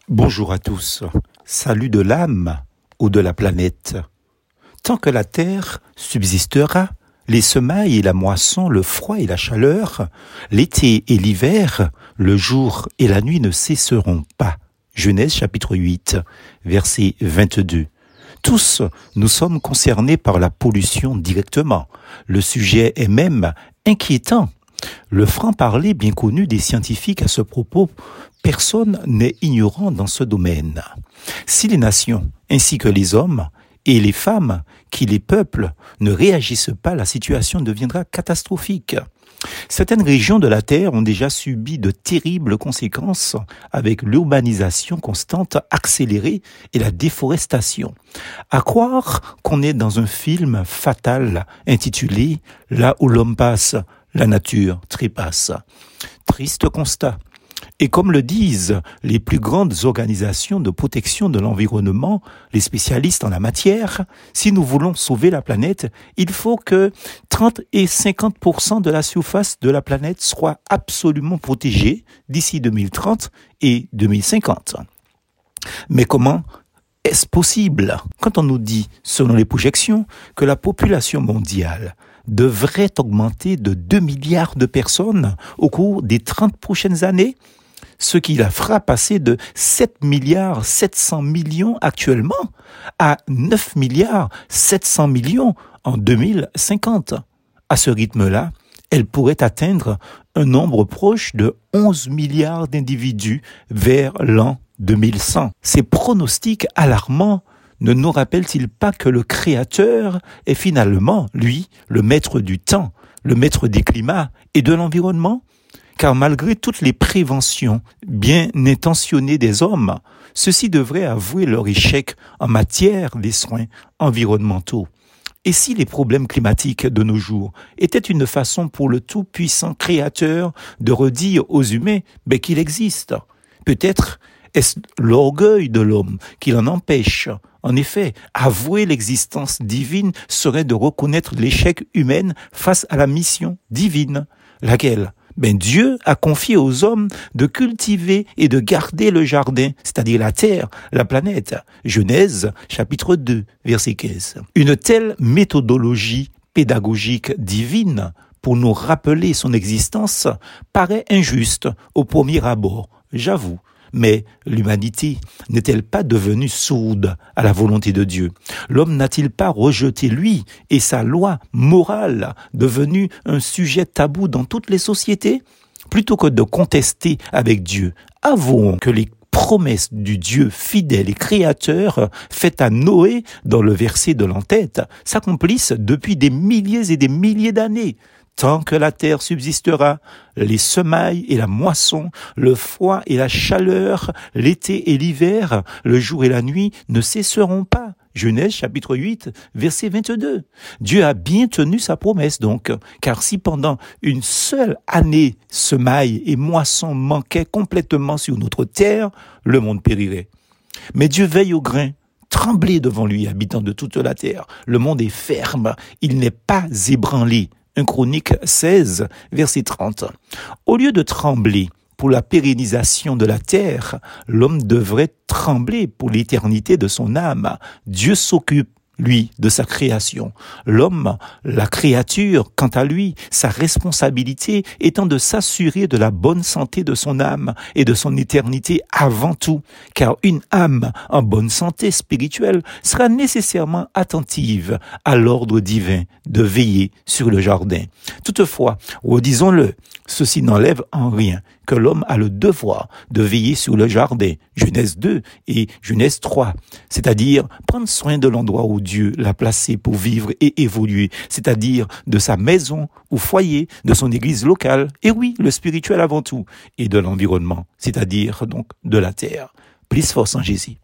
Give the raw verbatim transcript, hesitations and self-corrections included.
Bonjour à tous, salut de l'âme ou de la planète. Tant que la terre subsistera, les semailles et la moisson, le froid et la chaleur, l'été et l'hiver, le jour et la nuit ne cesseront pas. Genèse chapitre huit, verset vingt-deux. Tous, nous sommes concernés par la pollution directement. Le sujet est même inquiétant. Le franc-parler bien connu des scientifiques à ce propos, personne n'est ignorant dans ce domaine. Si les nations, ainsi que les hommes et les femmes qui les peuplent, ne réagissent pas, la situation deviendra catastrophique. Certaines régions de la Terre ont déjà subi de terribles conséquences avec l'urbanisation constante accélérée et la déforestation. À croire qu'on est dans un film fatal intitulé « Là où l'homme passe, la nature trépasse ». Triste constat. Et comme le disent les plus grandes organisations de protection de l'environnement, les spécialistes en la matière, si nous voulons sauver la planète, il faut que trente et cinquante pour cent de la surface de la planète soit absolument protégée d'ici deux mille trente et deux mille cinquante. Mais comment est-ce possible quand on nous dit, selon les projections, que la population mondiale devrait augmenter de deux milliards de personnes au cours des trente prochaines années, ce qui la fera passer de sept milliards sept cents millions actuellement à neuf milliards sept cents millions en deux mille cinquante. À ce rythme-là, elle pourrait atteindre un nombre proche de onze milliards d'individus vers l'an deux mille cent. Ces pronostics alarmants ne nous rappellent-ils pas que le Créateur est finalement, lui, le maître du temps, le maître des climats et de l'environnement? Car malgré toutes les préventions bien intentionnées des hommes, ceux-ci devraient avouer leur échec en matière des soins environnementaux. Et si les problèmes climatiques de nos jours étaient une façon pour le tout-puissant Créateur de redire aux humains ben, qu'il existe? Peut-être est-ce l'orgueil de l'homme qui l'en empêche? En effet, avouer l'existence divine serait de reconnaître l'échec humain face à la mission divine. Laquelle? Ben Dieu a confié aux hommes de cultiver et de garder le jardin, c'est-à-dire la terre, la planète. Genèse, chapitre deux, verset quinze. Une telle méthodologie pédagogique divine pour nous rappeler son existence paraît injuste au premier abord, j'avoue. Mais l'humanité n'est-elle pas devenue sourde à la volonté de Dieu? L'homme n'a-t-il pas rejeté lui et sa loi morale devenue un sujet tabou dans toutes les sociétés? Plutôt que de contester avec Dieu, avouons que les promesses du Dieu fidèle et créateur faites à Noé dans le verset de l'entête s'accomplissent depuis des milliers et des milliers d'années. Tant que la terre subsistera, les semailles et la moisson, le froid et la chaleur, l'été et l'hiver, le jour et la nuit ne cesseront pas. Genèse chapitre huit, verset vingt-deux. Dieu a bien tenu sa promesse donc, car si pendant une seule année semailles et moissons manquaient complètement sur notre terre, le monde périrait. Mais Dieu veille au grain. Tremblez devant lui, habitants de toute la terre. Le monde est ferme, il n'est pas ébranlé. un Chronique seize, verset trente. Au lieu de trembler pour la pérennisation de la terre, l'homme devrait trembler pour l'éternité de son âme. Dieu s'occupe, lui, de sa création. L'homme, la créature, quant à lui, sa responsabilité étant de s'assurer de la bonne santé de son âme et de son éternité avant tout, car une âme en bonne santé spirituelle sera nécessairement attentive à l'ordre divin de veiller sur le jardin. Toutefois, redisons-le, ceci n'enlève en rien que l'homme a le devoir de veiller sur le jardin, Genèse deux et Genèse trois, c'est-à-dire prendre soin de l'endroit où Dieu l'a placé pour vivre et évoluer, c'est-à-dire de sa maison ou foyer, de son église locale, et oui, le spirituel avant tout, et de l'environnement, c'est-à-dire donc de la terre. Plus force en Jésus.